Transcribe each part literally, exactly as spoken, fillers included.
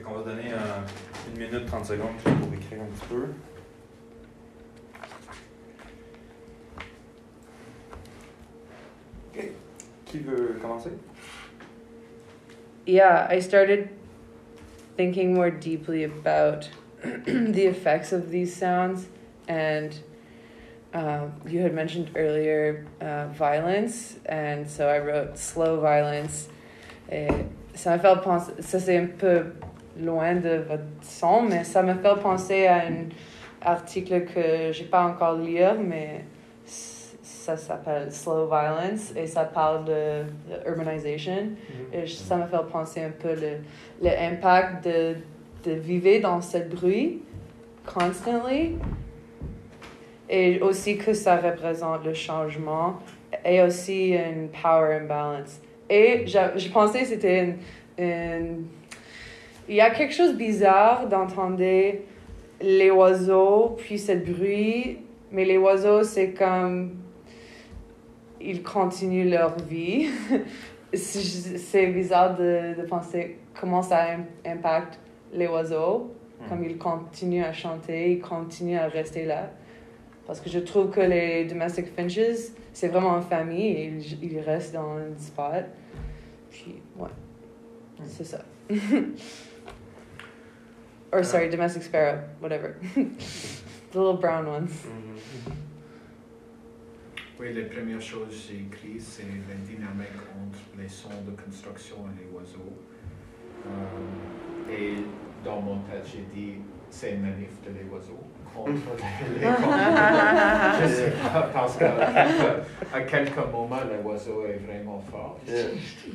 On va donner euh, une minute, trente secondes pour écrire un petit peu. OK. Qui veut commencer? Yeah, I started thinking more deeply about the effects of these sounds, and uh, you had mentioned earlier uh, violence, and so I wrote slow violence. Et ça m'a fait penser, ça c'est un peu loin de votre son, mais ça m'a fait penser à un article que j'ai pas encore lu, mais ça s'appelle Slow Violence et ça parle de, de urbanisation. Mm-hmm. Et ça m'a fait penser un peu le l'impact de, de vivre dans ce bruit constantly et aussi que ça représente le changement et aussi une power imbalance. Et je, je pensais que c'était une, une... Il y a quelque chose de bizarre d'entendre les oiseaux puis ce bruit, mais les oiseaux, c'est comme... Ils continuent leur vie. C'est bizarre de, de penser comment ça impacte les oiseaux, mm. comme ils continuent à chanter, ils continuent à rester là. Parce que je trouve que les domestic finches, c'est vraiment une famille et ils, ils restent dans un spot. Puis, ouais, mm. c'est ça. Or, sorry, domestic sparrow, whatever. The little brown ones. Mm-hmm. Oui, la première chose que j'ai écrite, c'est la dynamique entre les sons de construction et les oiseaux. Euh, et dans mon tête, j'ai dit, c'est une manif de les oiseaux contre les constructions. Je ne sais pas, parce qu'à quelques, à quelques moments, l'oiseau est vraiment fort. Yeah.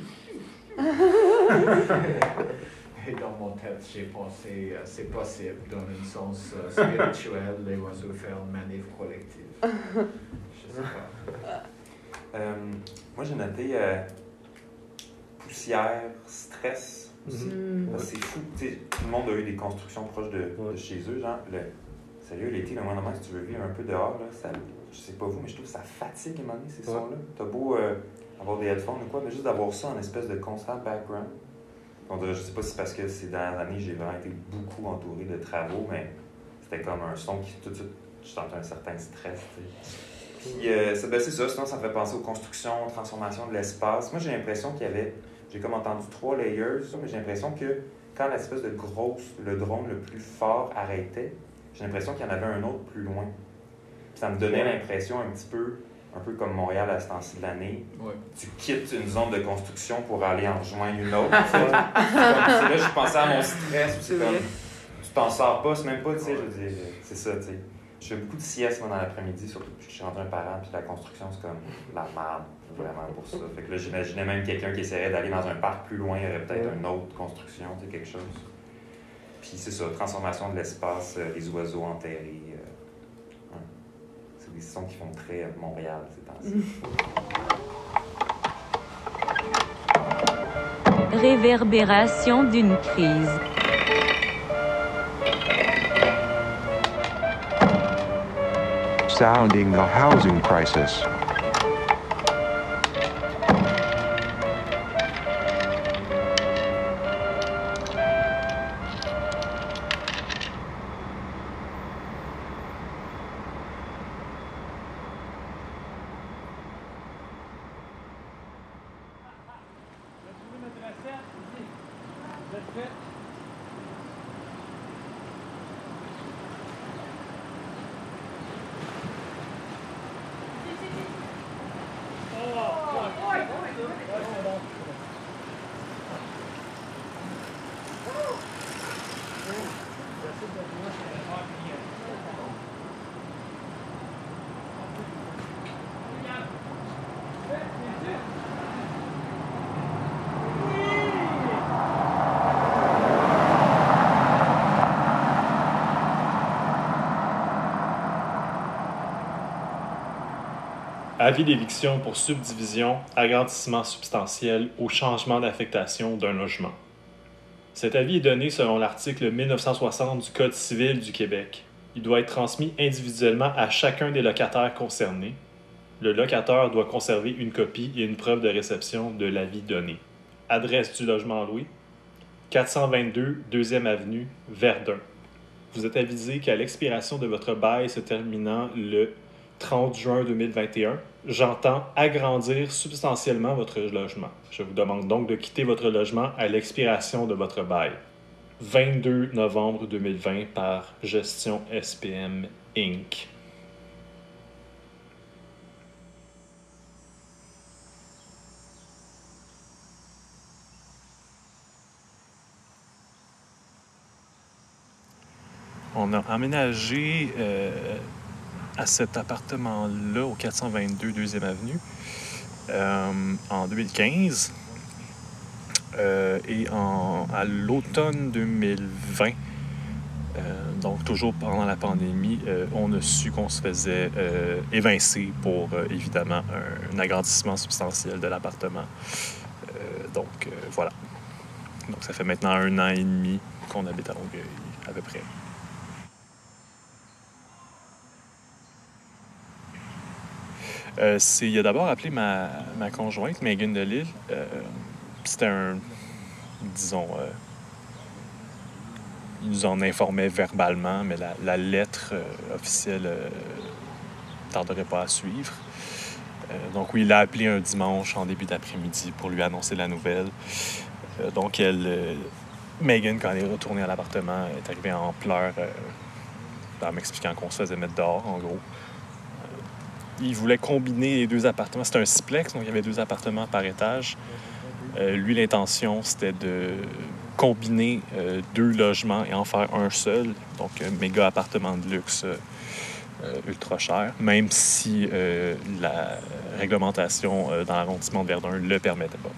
Et dans mon tête, j'ai pensé, euh, c'est possible, dans un sens euh, spirituel, les oiseaux faire une manif collective. Je sais pas. Euh, moi, j'ai noté euh, poussière, stress aussi. Mm-hmm. Parce que c'est fou. T'sais, tout le monde a eu des constructions proches de, ouais. de chez eux. Genre, le, sérieux, l'été, le mois de mars, si tu veux vivre un peu dehors, là, ça, je sais pas vous, mais je trouve que ça fatigue à un moment donné, ces ouais. sons-là. T'as beau euh, avoir des headphones ou quoi, mais juste d'avoir ça en espèce de constant background. Donc, je sais pas si c'est parce que ces dernières années, j'ai vraiment été beaucoup entouré de travaux, mais c'était comme un son qui, tout de suite, je sentais un certain stress. T'sais. Puis, euh, c'est, ben, c'est ça. Sinon, ça me fait penser aux constructions, aux transformations de l'espace. Moi, j'ai l'impression qu'il y avait, j'ai comme entendu trois layers, mais j'ai l'impression que quand l'espèce de grosse, le drone le plus fort arrêtait, j'ai l'impression qu'il y en avait un autre plus loin. Puis ça me donnait l'impression un petit peu, un peu comme Montréal à ce temps-ci de l'année. Ouais. Tu quittes une zone de construction pour aller en rejoindre une autre. c'est, comme, c'est là, je pensais à mon stress. C'est comme, tu t'en sors pas, c'est même pas, tu sais, je veux dire, c'est ça, tu sais. Je fais beaucoup de siestes, moi, dans l'après-midi, surtout depuis que je suis rentré un parent, puis la construction, c'est comme la merde, vraiment, pour ça. Fait que là, j'imaginais même quelqu'un qui essaierait d'aller dans un parc plus loin, il y aurait peut-être ouais. une autre construction, tu sais, quelque chose. Puis c'est ça, transformation de l'espace, euh, les oiseaux enterrés. Euh, ouais. C'est des sons qui font très euh, Montréal, ces temps-ci. Réverbération d'une crise. Sounding the housing crisis. Avis d'éviction pour subdivision, agrandissement substantiel ou changement d'affectation d'un logement. Cet avis est donné selon l'article mille neuf cent soixante du Code civil du Québec. Il doit être transmis individuellement à chacun des locataires concernés. Le locataire doit conserver une copie et une preuve de réception de l'avis donné. Adresse du logement loué, quatre cent vingt-deux deuxième Avenue, Verdun. Vous êtes avisé qu'à l'expiration de votre bail se terminant le trente juin deux mille vingt et un, j'entends agrandir substantiellement votre logement. Je vous demande donc de quitter votre logement à l'expiration de votre bail. vingt-deux novembre deux mille vingt par Gestion S P M Incorporée. On a emménagé euh, à cet appartement-là, au quatre cent vingt-deux deuxième Avenue, euh, en deux mille quinze. Euh, et en, à l'automne deux mille vingt, euh, donc toujours pendant la pandémie, euh, on a su qu'on se faisait euh, évincer pour, euh, évidemment, un, un agrandissement substantiel de l'appartement. Euh, donc, euh, voilà. Donc, ça fait maintenant un an et demi qu'on habite à Longueuil, à peu près. Euh, c'est, il a d'abord appelé ma, ma conjointe, Megan Delille. Euh, c'était un, disons, euh, il nous en informait verbalement, mais la, la lettre euh, officielle ne euh, tarderait pas à suivre. Euh, donc oui, il l'a appelé un dimanche en début d'après-midi pour lui annoncer la nouvelle. Euh, donc elle, euh, Megan, quand elle est retournée à l'appartement, est arrivée en pleurs euh, en m'expliquant qu'on se faisait mettre dehors, en gros. Il voulait combiner les deux appartements. C'était un siplex, donc il y avait deux appartements par étage. Euh, lui, l'intention, c'était de combiner euh, deux logements et en faire un seul. Donc, un méga appartement de luxe euh, ultra cher, même si euh, la réglementation euh, dans l'arrondissement de Verdun ne le permettait pas.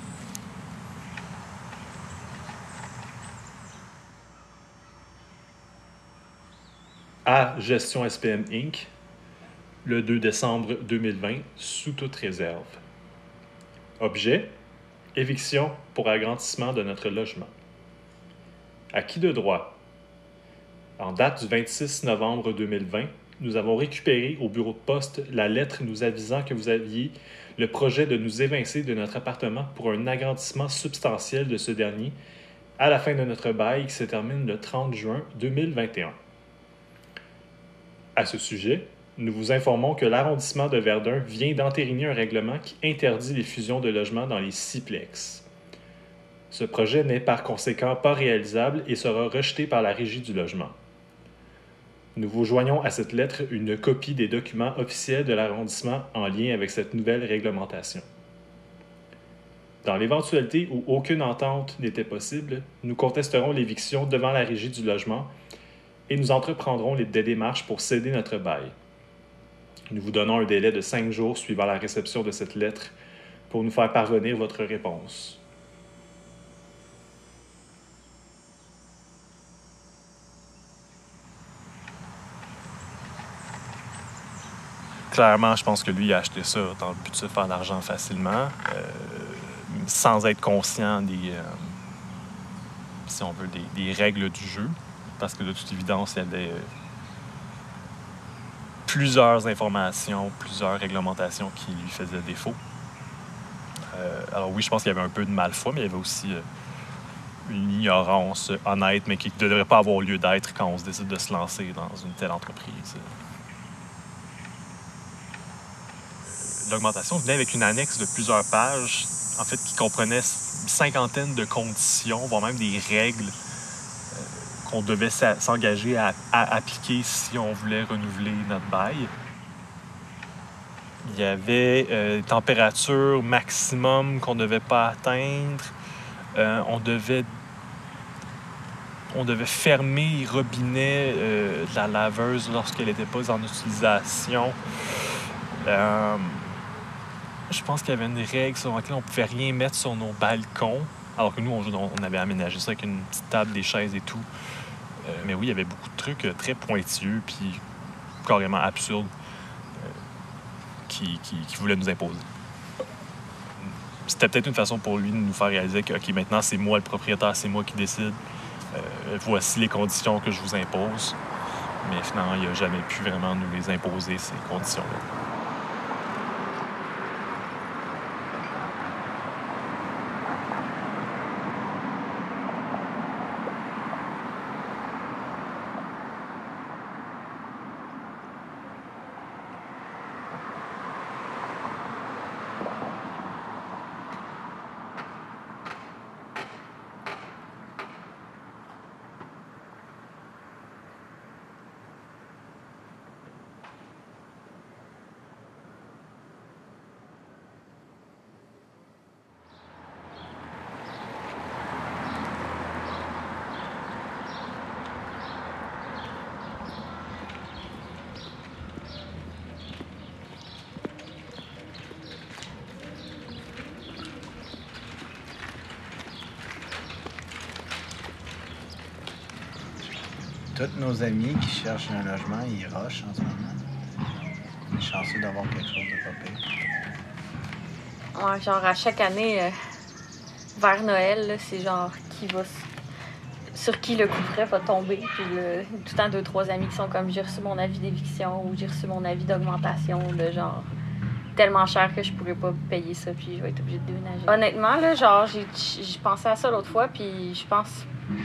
À Gestion S P M Incorporée, le deux décembre deux mille vingt, sous toute réserve. Objet, éviction pour agrandissement de notre logement. À qui de droit? En date du vingt-six novembre deux mille vingt, nous avons récupéré au bureau de poste la lettre nous avisant que vous aviez le projet de nous évincer de notre appartement pour un agrandissement substantiel de ce dernier à la fin de notre bail qui se termine le trente juin deux mille vingt et un. À ce sujet, nous vous informons que l'arrondissement de Verdun vient d'entériner un règlement qui interdit les fusions de logements dans les siplex. Ce projet n'est par conséquent pas réalisable et sera rejeté par la Régie du logement. Nous vous joignons à cette lettre une copie des documents officiels de l'arrondissement en lien avec cette nouvelle réglementation. Dans l'éventualité où aucune entente n'était possible, nous contesterons l'éviction devant la Régie du logement et nous entreprendrons des démarches pour céder notre bail. Nous vous donnons un délai de cinq jours suivant la réception de cette lettre pour nous faire parvenir votre réponse. Clairement, je pense que lui a acheté ça dans le but de se faire de l'argent facilement, euh, sans être conscient des, euh, si on veut, des, des règles du jeu, parce que de toute évidence, il y avait euh, plusieurs informations, plusieurs réglementations qui lui faisaient défaut. Euh, alors oui, je pense qu'il y avait un peu de mal-foi, mais il y avait aussi euh, une ignorance honnête, mais qui ne devrait pas avoir lieu d'être quand on se décide de se lancer dans une telle entreprise. L'augmentation venait avec une annexe de plusieurs pages, en fait, qui comprenait une cinquantaine de conditions, voire même des règles euh, qu'on devait s'engager à, à appliquer si on voulait renouveler notre bail. Il y avait euh, température maximum qu'on ne devait pas atteindre. Euh, on devait on devait fermer les robinets euh, de la laveuse lorsqu'elle n'était pas en utilisation. Euh, je pense qu'il y avait une règle sur laquelle on ne pouvait rien mettre sur nos balcons, alors que nous, on, on avait aménagé ça avec une petite table, des chaises et tout. Euh, mais oui, il y avait beaucoup de trucs très pointilleux puis carrément absurdes euh, qui, qui, qui voulaient nous imposer. C'était peut-être une façon pour lui de nous faire réaliser que OK, maintenant, c'est moi le propriétaire, c'est moi qui décide. Euh, voici les conditions que je vous impose. Mais finalement, il n'a jamais pu vraiment nous les imposer, ces conditions-là. tous nos amis qui cherchent un logement, ils rushent en ce moment. On est chanceux d'avoir quelque chose de pas pire. Ouais, genre à chaque année, euh, vers Noël, là, c'est genre qui va s- sur qui le coup près va tomber. Puis là, tout le temps, deux, trois amis qui sont comme j'ai reçu mon avis d'éviction ou j'ai reçu mon avis d'augmentation de genre tellement cher que je pourrais pas payer ça puis je vais être obligée de déménager. Honnêtement, là, genre, j'ai, j'ai pensé à ça l'autre fois puis je pense,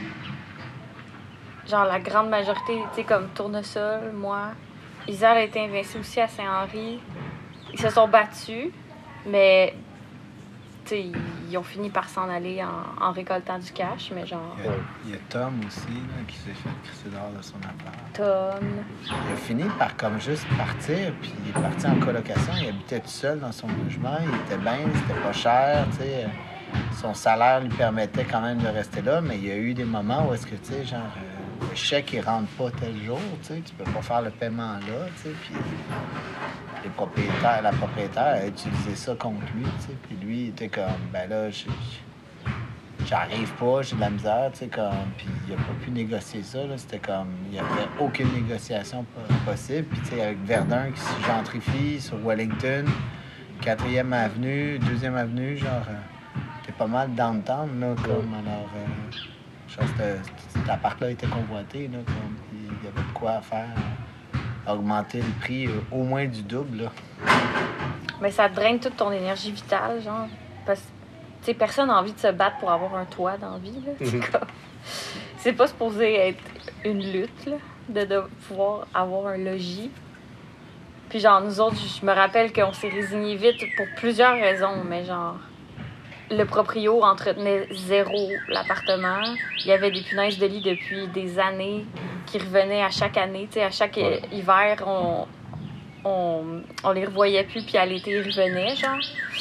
genre, la grande majorité, tu sais, comme Tournesol, moi, Isère a été investie aussi à Saint-Henri. Ils se sont battus, mais tu sais, ils ont fini par s'en aller en, en récoltant du cash, mais genre, Il y a, il y a Tom aussi là, qui s'est fait crisser dehors de son appart. Tom. Il a fini par comme juste partir, puis il est parti en colocation. Il habitait tout seul dans son logement. Il était bien, c'était pas cher, tu sais. Son salaire lui permettait quand même de rester là, mais il y a eu des moments où est-ce que, tu sais, genre, euh, le chèque, il rentre pas tel jour, tu sais. Tu peux pas faire le paiement là, tu sais. Puis les propriétaires, la propriétaire a utilisé ça contre lui, tu sais. Puis lui, il était comme, ben là, je- je- j'arrive pas, j'ai de la misère, tu sais, comme. Puis il a pas pu négocier ça, là. C'était comme, il y avait aucune négociation po- possible. Puis, tu sais, avec Verdun qui se gentrifie sur Wellington, quatrième avenue, deuxième avenue, genre, euh, t'es pas mal downtown, là, comme, alors, euh, genre, c'était- cet appart-là était convoité, là, comme, puis il y avait de quoi faire, euh, augmenter le prix euh, au moins du double, là. Mais ça te draine toute ton énergie vitale, genre. Parce que, tu sais, personne n'a envie de se battre pour avoir un toit dans la vie, là. C'est Mhm. comme- c'est pas supposé être une lutte, là, de, de pouvoir avoir un logis. Puis, genre, nous autres, je me rappelle qu'on s'est résignés vite pour plusieurs raisons, mais genre, le proprio entretenait zéro l'appartement. Il y avait des punaises de lit depuis des années qui revenaient à chaque année. Tu sais, à chaque Ouais. euh, hiver, on, on, on les revoyait plus, puis à l'été, ils revenaient, genre.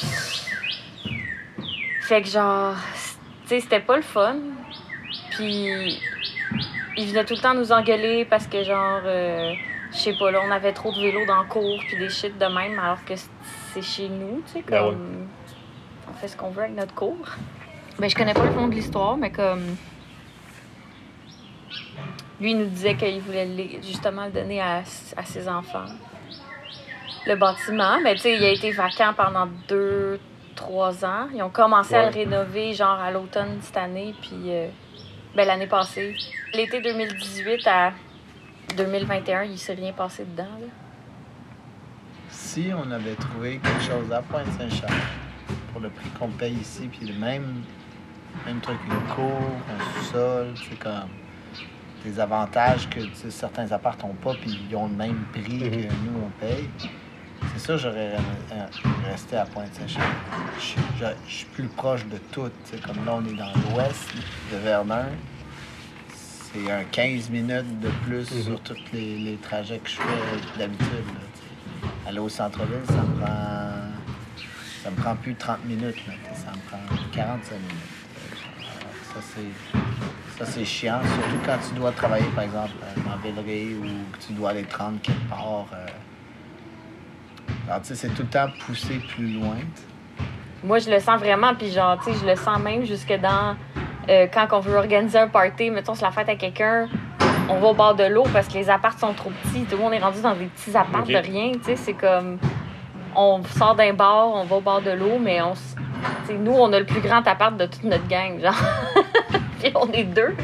Fait que, genre, tu sais, c'était pas le fun. Puis, ils venaient tout le temps nous engueuler parce que, genre, euh, je sais pas, là, on avait trop de vélos dans le cours, puis des shit de même, alors que c'est chez nous, tu sais, comme. Ben ouais. On fait ce qu'on veut avec notre cours. Ben, je connais pas le fond de l'histoire, mais comme. Lui, il nous disait qu'il voulait le- justement le donner à, à ses enfants. Le bâtiment, mais tu sais, il a été vacant pendant deux, trois ans. Ils ont commencé à Ouais. le rénover, genre à l'automne cette année, puis euh, ben, l'année passée. L'été deux mille dix-huit à deux mille vingt et un, il s'est rien passé dedans, là. Si on avait trouvé quelque chose à Pointe-Saint-Charles pour le prix qu'on paye ici, puis le même, même truc, une cour, un sous-sol, c'est comme des avantages que tu sais, certains apparts n'ont pas, puis ils ont le même prix Mhm. que nous, on paye. C'est sûr, j'aurais euh, resté à Pointe-Saint-Charles. Je suis- je je suis plus proche de tout. tu sais, Comme là, on est dans l'ouest de Verdun. C'est un quinze minutes de plus Mhm. sur tous les, les trajets que je fais d'habitude. là, tu sais. Aller au centre-ville, ça me prend. Ça me prend plus de trente minutes. Là, tu sais, ça me prend quarante-cinq minutes. Euh, Ça, c'est. Ça, c'est chiant, surtout quand tu dois travailler, par exemple, euh, en Villeray ou que tu dois aller te rendre quelque part. euh. Alors, tu sais, c'est tout le temps pousser plus loin. Moi, je le sens vraiment, puis genre, tu sais, je le sens même jusque dans... euh, quand on veut organiser un party, mettons, c'est la fête à quelqu'un, on va au bord de l'eau parce que les apparts sont trop petits. Tout le monde est rendu dans des petits apparts Ok. de rien, tu sais, c'est comme... On sort d'un bar, on va au bord de l'eau, mais on... s- tu sais, nous, on a le plus grand appart de toute notre gang, genre. Puis on est deux.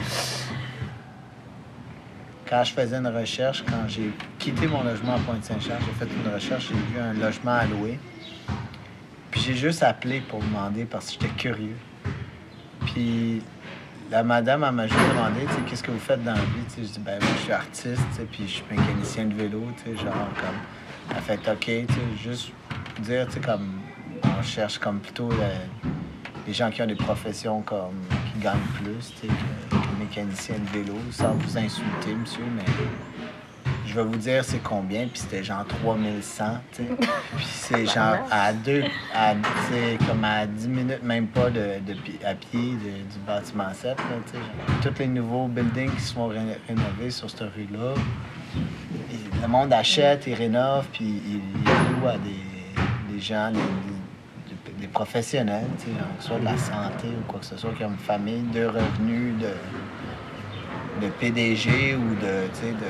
Quand je faisais une recherche, quand j'ai quitté mon logement à Pointe-Saint-Charles, j'ai fait une recherche, j'ai vu un logement à louer. Puis j'ai juste appelé pour demander parce que j'étais curieux. Puis la madame, elle m'a juste demandé, tu sais, qu'est-ce que vous faites dans la vie? Tu sais, je dis, ben moi, je suis artiste, tu sais, puis je suis mécanicien de vélo, tu sais, genre, comme... Elle fait, OK, tu sais, juste dire, tu sais, comme, on cherche comme plutôt le- les gens qui ont des professions comme, qui gagnent plus, tu sais, que, que mécanicien de vélo, sans vous insulter, monsieur, mais je vais vous dire c'est combien, puis c'était genre trois mille cent, tu sais. Puis c'est genre à deux, à, tu sais, comme à dix minutes, même pas de, de pi- à pied de- du bâtiment sept, là, tu sais. Genre, tous les nouveaux buildings qui se font ré- rénover sur cette rue-là, et le monde achète, il rénove, puis il, il loue à des, des gens, des, des- des professionnels, tu sais, que ce soit de la santé ou quoi que ce soit, qui ont une famille, deux revenus, de de P D G ou de, tu sais, de...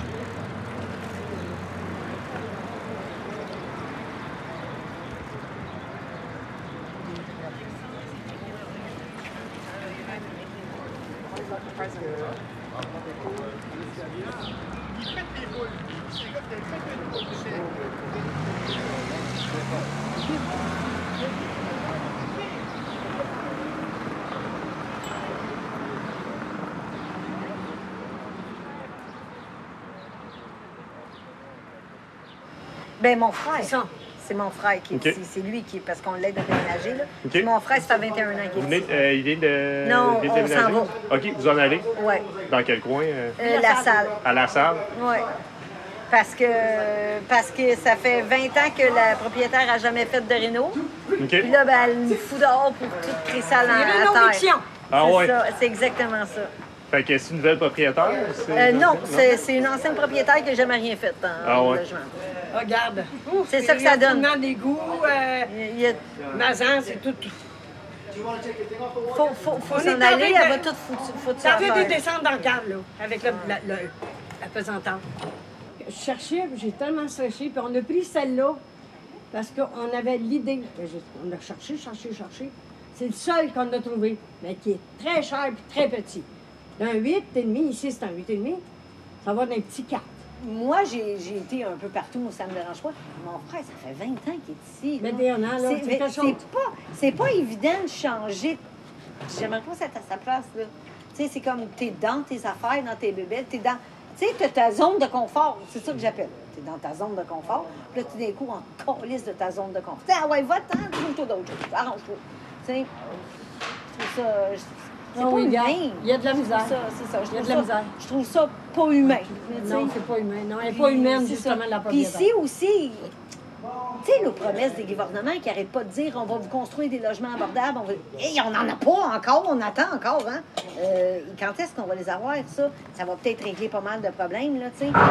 Ben mon frère. C'est ça. C'est mon frère qui est OK. ici. C'est lui qui est, parce qu'on l'aide à déménager, là. OK. C'est mon frère, ça fait vingt et un ans qu'il Vous est venez, ici. euh, il vient de, Non, il vient de on déménager? s'en va. OK, vous en allez? Ouais. Dans quel coin? euh? Euh, la salle. À la salle? Oui. Parce que, parce que ça fait vingt ans que la propriétaire n'a jamais fait de réno. OK. Puis là, ben, elle nous fout dehors pour tout créer ça à C'est terre. rénoviction. Ah C'est ouais. ça, c'est exactement ça. Fait que c'est une nouvelle propriétaire? c'est- Euh, non, c'est c'est une ancienne propriétaire qui n'a jamais rien fait en Ah ouais. logement. Regarde. C'est ça que ça donne. Il y a d'égout, euh, Il y a- Mazan, c'est tout. faut, faut, faut On s'en est en aller, train elle va de- tout foutre, foutre Ça ça à fait de terre. descendre dans le cave, là, avec le, la, le- la pesantante. Je cherchais, puis j'ai tellement cherché, puis on a pris celle-là parce qu'on avait l'idée. Ben, je- On a cherché, cherché, cherché. C'est le seul qu'on a trouvé, mais qui est très cher et très petit. Un huit et demi, ici c'est un huit et demi. Ça va d'un petit quatre. Moi, j'ai j'ai été un peu partout, ça me dérange pas. Mon frère, ça fait vingt ans qu'il est ici. Mais là. des ans, là, C'est- c'est mais quelque chose. c'est pas, c'est pas évident de changer. J'aimerais pas être à sa place, là. Tu sais, c'est comme t'es dans tes affaires, dans tes bébés, t'es dans... Tu sais, t'as ta zone de confort, c'est ça que j'appelle. T'es dans ta zone de confort, puis là, tout d'un coup, on calisse de ta zone de confort. Tu sais, ah ouais, va-t'en, trouve-toi d'autres choses, arrange-toi. Tu sais, je trouve ça... je- C'est Ah pas oui, humain. regarde, il y a de la Je trouve misère. ça, c'est ça. Je Il y a trouve de la ça- misère. Je trouve ça pas humain. Tu sais. Non, c'est pas humain. Non, elle n'est Puis, pas humaine, c'est justement, ça. la Puis propriétaire. ici aussi, tu sais, nos promesses des gouvernements qui n'arrêtent pas de dire on va vous construire des logements abordables, on va... Hey, on n'en a pas encore, on attend encore, hein? Euh, quand est-ce qu'on va les avoir, ça? Ça va peut-être régler pas mal de problèmes, là, tu sais.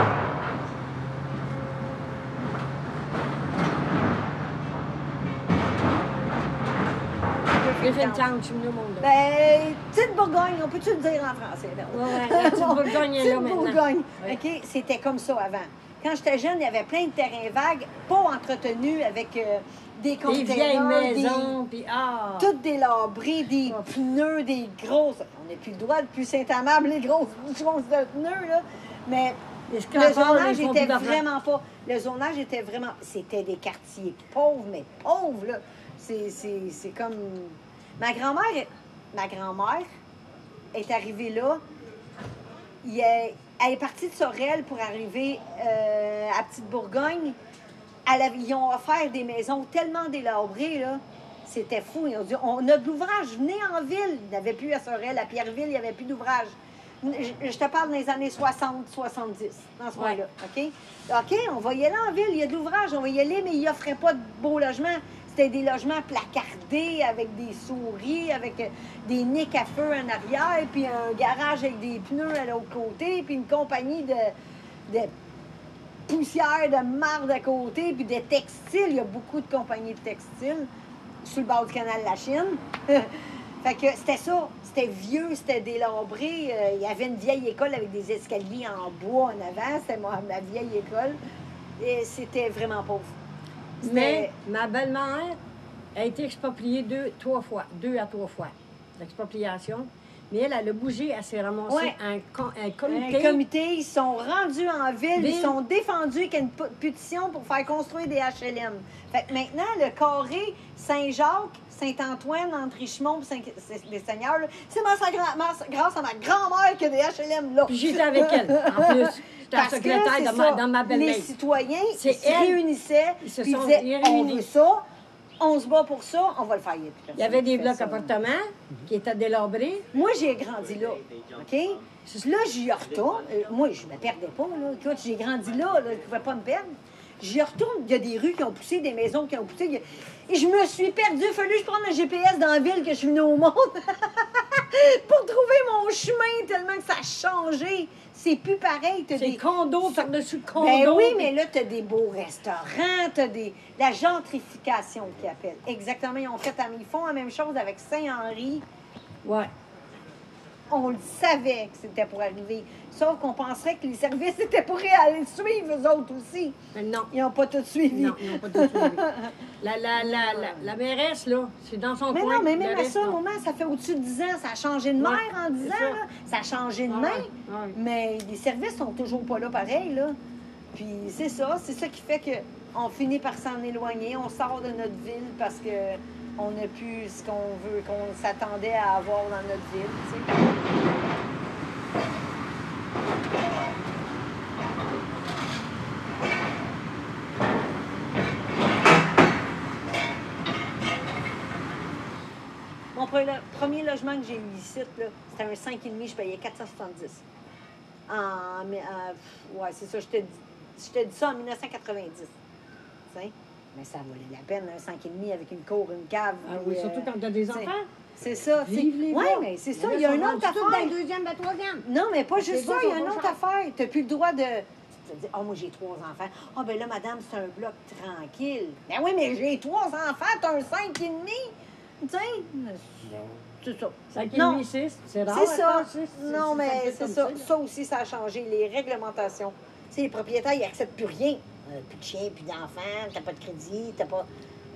Griffin Town, je suis venue au monde. Ben, petite Bourgogne, on peut-tu le dire en français, là? Ouais, ouais, la petite Bourgogne est là Petite maintenant. Bourgogne, Ouais. OK? C'était comme ça avant. Quand j'étais jeune, il y avait plein de terrains vagues, pas entretenus avec euh, des Des containers, vieilles des- maisons, puis ah! toutes délabrées, des Oh. pneus, des grosses... On n'a plus le droit depuis Saint-Amable, les grosses grosses de pneus, là. Mais Les le scrapeurs, zonage ils font était plus d'argent. vraiment pas... Le zonage était vraiment... C'était des quartiers pauvres, mais pauvres, là. C'est, c'est, c'est comme... Ma grand-mère... Ma grand-mère est arrivée là. Il est- Elle est partie de Sorel pour arriver euh, à Petite-Bourgogne. Elle avait- Ils ont offert des maisons tellement délabrées, là. C'était fou. Ils ont dit, on a de l'ouvrage, venez en ville. Il n'y avait plus à Sorel, à Pierreville, il n'y avait plus d'ouvrage. Je, je te parle des années soixante soixante-dix, dans ce Ouais. coin-là, OK? OK, on va y aller en ville, il y a de l'ouvrage, on va y aller, mais ils n'offraient pas de beaux logements. C'était des logements placardés avec des souris, avec euh, des niques à feu en arrière, puis un garage avec des pneus à l'autre côté, puis une compagnie de, de poussière, de marde à côté, puis de textiles. Il y a beaucoup de compagnies de textiles sur le bord du canal de la Chine. Fait que c'était ça. C'était vieux, c'était délabré. Euh, il y avait une vieille école avec des escaliers en bois en avant. C'était ma, ma vieille école. Et c'était vraiment pauvre. C'était- Mais ma belle-mère a été expropriée deux, trois fois, deux à trois fois l'expropriation. Mais elle, elle a bougé, elle s'est ramassée Ouais. un, con- un comité. Un comité, ils sont rendus en ville, ils Ville. sont défendus avec une pu- pétition pour faire construire des H L M. Fait que maintenant, le carré Saint-Jacques, Saint-Antoine, entre Richemont et les Seigneurs, là, c'est ma- ma- grâce à ma grand-mère qu'il y a des H L M là. Puis j'étais avec elle, en plus. J'étais la Parce que secrétaire c'est de ma, ça, dans ma belle-mère. les citoyens C'est ils se elle. réunissaient, Ils se puis ils sont disaient, on réunis. veut ça, on se bat pour ça, on va le faire. Il y avait des blocs ça. appartements qui étaient délabrés. Moi, j'ai grandi là, OK? Là, j'y retourne. Euh, moi, je me perdais pas, là. Écoute, j'ai grandi là, là, je ne pouvais pas me perdre. J'y retourne, il y a des rues qui ont poussé, des maisons qui ont poussé. il y a- Et je me suis perdue. Il a fallu que je prenne le G P S dans la ville que je suis venue au monde pour trouver mon chemin tellement que ça a changé. C'est plus pareil. T'as C'est des condo par-dessus condo. Ben oui, mais là, tu as des beaux restaurants, tu as des... la gentrification qu'ils appellent. Exactement, ils ont fait, ils font la même chose avec Saint-Henri. Ouais. on le savait que c'était pour arriver. Sauf qu'on penserait que les services étaient pour aller suivre, eux autres aussi. Mais non. Ils n'ont pas tout suivi. Non, ils n'ont pas tout suivi. La, la, la, la, la mairesse, là, c'est dans son mais coin. non, mais même Le à reste, ça, non. moment, ça fait au-dessus de dix ans. Ça a changé de Ouais, maire en dix c'est ans. ça. Là. Ça a changé de Ouais, main. ouais. Mais les services sont toujours pas là pareil. Là. Puis c'est ça. C'est ça qui fait qu'on finit par s'en éloigner. On sort de notre ville parce que on n'a plus ce qu'on veut, qu'on s'attendait à avoir dans notre ville. Tu sais. Mon pre- premier logement que j'ai eu ici, là, c'était un cinq virgule cinq, je payais quatre cent soixante-dix. En, mais, euh, ouais, c'est ça, je te, dis, je te dis ça en mille neuf cent quatre-vingt-dix. T'sais? Mais ça valait la peine, un cinq virgule cinq avec une cour, une cave. Ah puis, oui, surtout quand tu as des t'sais, enfants. C'est ça. Vive les Oui, bas. mais c'est Mais ça, là, il y a ils une sont autre rendus tous dans affaire. le deuxième, la troisième. Non, mais pas Parce juste que ça, les il y a bas une sont autre pas affaire. Tu n'as plus le droit de. Tu te dis, oh, moi, j'ai trois enfants. Ah, oh, ben là, madame, c'est un bloc tranquille. Ben oui, mais j'ai trois enfants, t'as un cinq et demi. Tu sais? C'est ça. cinq Non. virgule cinq, six, c'est rare. C'est ça. attends, six, Non, c'est- mais fait c'est comme ça. là. Ça aussi, ça a changé. Les réglementations. Tu sais, les propriétaires, ils n'acceptent plus rien. Euh, plus de chiens, plus d'enfants, t'as pas de crédit, t'as pas.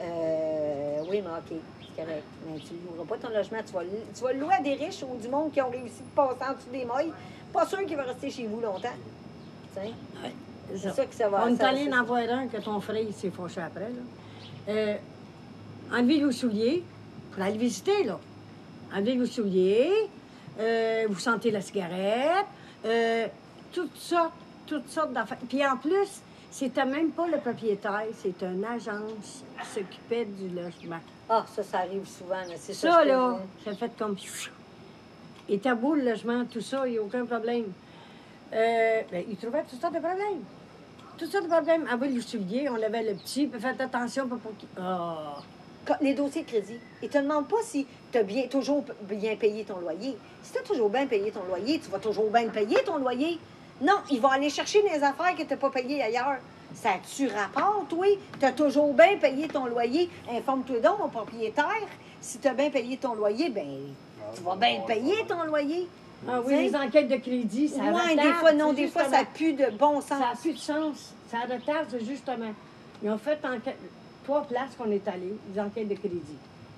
Euh, oui, mais OK, c'est correct. Mais tu ne loueras pas ton logement. Tu vas, le- tu vas le louer à des riches ou du monde qui ont réussi de passer en dessous des mailles. Pas sûr qu'il va rester chez vous longtemps. Tu sais? C'est C'est ça. ça que ça va On est ça- allé c'est en ça. voir un que ton frère il s'est fâché après. Là. Euh, enlevez vos souliers pour aller visiter. Là. Enlevez vos souliers, euh, vous sentez la cigarette, euh, toutes sortes, toutes sortes d'affaires. Puis en plus, c'était même pas le propriétaire, c'est une agence qui s'occupait du logement. Ah, ça, ça arrive souvent. là. C'est ça, Ça, je te là, dis. ça fait comme... Il était beau, le logement, tout ça, il n'y a aucun problème. Euh, ben, il trouvait toutes sortes de problèmes. Toutes sortes de problèmes. Enlevez les souliers, on avait le petit, puis faites attention pour pas qu'il... Ah! Quand- Les dossiers de crédit. Ils ne te demandent pas si tu as bien, toujours p- bien payé ton loyer. Si tu as toujours bien payé ton loyer, tu vas toujours bien payer ton loyer. Non, ils vont aller chercher des affaires que tu n'as pas payées ailleurs. Ça a-tu rapport, toi? Tu as toujours bien payé ton loyer. Informe-toi donc, mon propriétaire. Si tu as bien payé ton loyer, ben tu vas bien payer ton loyer. Ah oui, T'sais? les enquêtes de crédit, ça Oui, retarde. des fois, non, c'est des fois, justement- ça n'a plus de bon sens. Ça n'a plus de sens. Ça retarde, c'est justement. Ils ont fait enquête... trois places qu'on est allé, des enquêtes de crédit.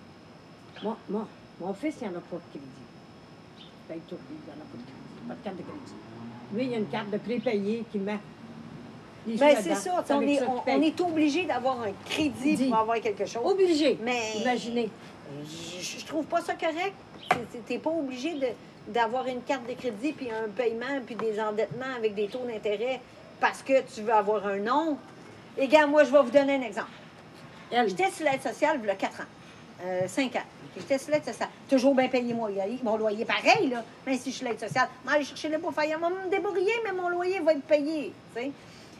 Moi, moi, mon fils, il n'y en a pas de crédit. Il paye tout, lui, il n'y en a pas de crédit. Pas de carte de crédit. Lui, il y a une carte de prépayé qui met. les Ben, sous c'est là-dedans. ça. C'est On avec est, ça qu'il on, paye. on est obligé d'avoir un crédit Crédit. pour avoir quelque chose. Obligé. Mais Imaginez. je, je trouve pas ça correct. Tu n'es pas obligé de- d'avoir une carte de crédit, puis un paiement, puis des endettements avec des taux d'intérêt parce que tu veux avoir un nom. Et gars, moi, je vais vous donner un exemple. Elle, J'étais sur l'aide sociale il y a quatre ans, euh, cinq ans. Puis J'étais sur l'aide sociale. Toujours bien payé mon loyer. Mon loyer, pareil, là. Même si je suis l'aide sociale, je vais aller chercher le beau-frère. On va me débrouiller, mais mon loyer va être payé. Tu sais.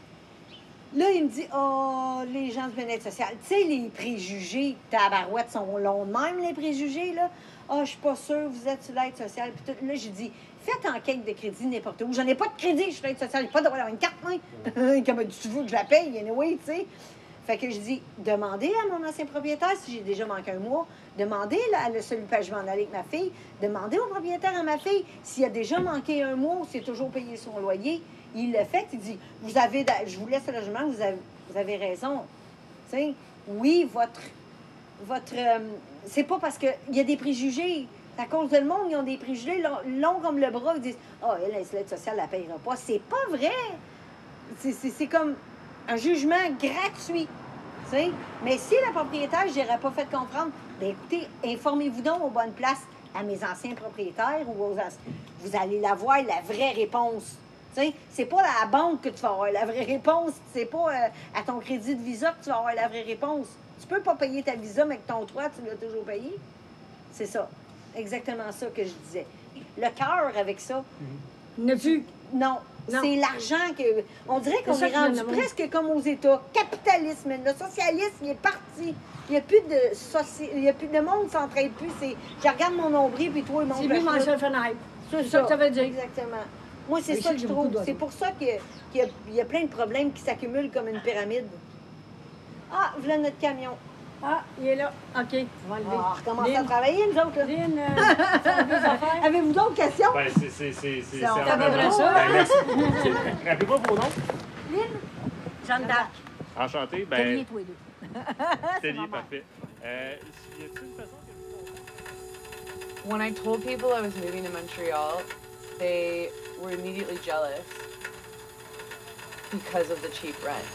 Là, il me dit, oh, les gens du bien-être social. Tu sais, les préjugés, tabarouettes sont longs de même, les préjugés, là. Ah, je suis pas sûre, vous êtes sur l'aide sociale. Puis tout, là, j'ai dit, faites enquête de crédit n'importe où. J'en ai pas de crédit, je suis sur l'aide sociale. J'ai pas de d'avoir une carte, moi. Comment tu veux que je la paye, anyway, tu sais. Fait que je dis, demandez à mon ancien propriétaire si j'ai déjà manqué un mois. Demandez là, à celui que je vais en aller avec ma fille. Demandez au propriétaire à ma fille s'il a déjà manqué un mois ou s'il a toujours payé son loyer. Il l'a fait, il dit, vous avez, je vous laisse le logement, vous avez, vous avez raison. Tu sais, oui, votre, votre, euh, c'est pas parce que il y a des préjugés. C'est à cause de le monde, ils ont des préjugés longs, longs comme le bras. Ils disent, oh, elle, l'aide sociale, elle ne payera pas. C'est pas vrai. C'est, c'est, c'est comme un jugement gratuit. Tu sais. Mais si la propriétaire, je n'aurais pas fait comprendre, bien écoutez, informez-vous donc aux bonnes places à mes anciens propriétaires ou aux anciens. Vous allez la voir, la vraie réponse. Tu sais, c'est pas à la banque que tu vas avoir la vraie réponse. C'est pas euh, à ton crédit de visa que tu vas avoir la vraie réponse. Tu peux pas payer ta visa, mais que ton toit, tu l'as toujours payé. C'est ça. Exactement ça que je disais. Le cœur avec ça. ne plus. Non. Non. C'est l'argent que. On dirait qu'on C'est ça est qui rendu vient de presque comme aux États. Capitalisme. Le socialisme, il est parti. Il n'y a plus de soci... il y a plus de monde s'entraide plus. C'est je regarde mon nombril puis toi, il monte C'est le lui manger cheveu. le fenêtre. C'est C'est ça que ça veut dire. Exactement. Moi, c'est Oui, ça c'est que je que j'ai beaucoup trouve. d'oiseaux. C'est pour ça que- qu'il y, a- il y a plein de problèmes qui s'accumulent comme une pyramide. Ah, voilà notre camion. Ah, il est là. OK, on va lever. On va recommencer Lynn. à travailler, nous autres. Là. Lynn, euh, ça veut des affaires? Avez-vous d'autres questions? Ben, c'est. c'est, c'est, c'est, Ça, on c'est t'appellerait en- ça. Ben, merci. C'est- Rappelez-moi vos noms. Jeanne d'Arc. Enchanté. Terrier, Ben, tous les deux. Tellier, parfait. Euh, y a-t-il une façon que vous When I told people I was moving to Montreal, they were immediately jealous because of the cheap rent.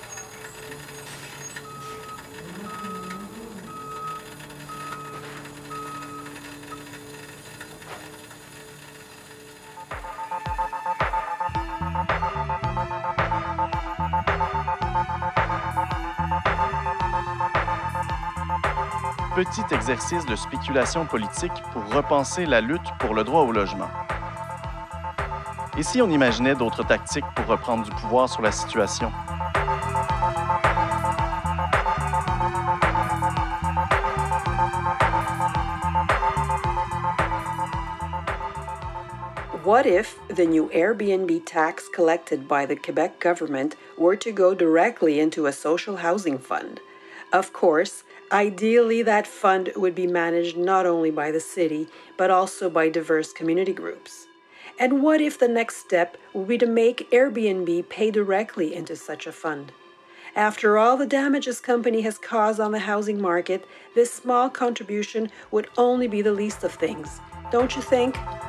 Petit exercice de spéculation politique pour repenser la lutte pour le droit au logement. Et si on imaginait d'autres tactiques pour reprendre du pouvoir sur la situation? What if the new Airbnb tax collected by the Quebec government were to go directly into a social housing fund? Of course, ideally that fund would be managed not only by the city, but also by diverse community groups. And what if the next step would be to make Airbnb pay directly into such a fund? After all the damages company has caused on the housing market, this small contribution would only be the least of things, don't you think?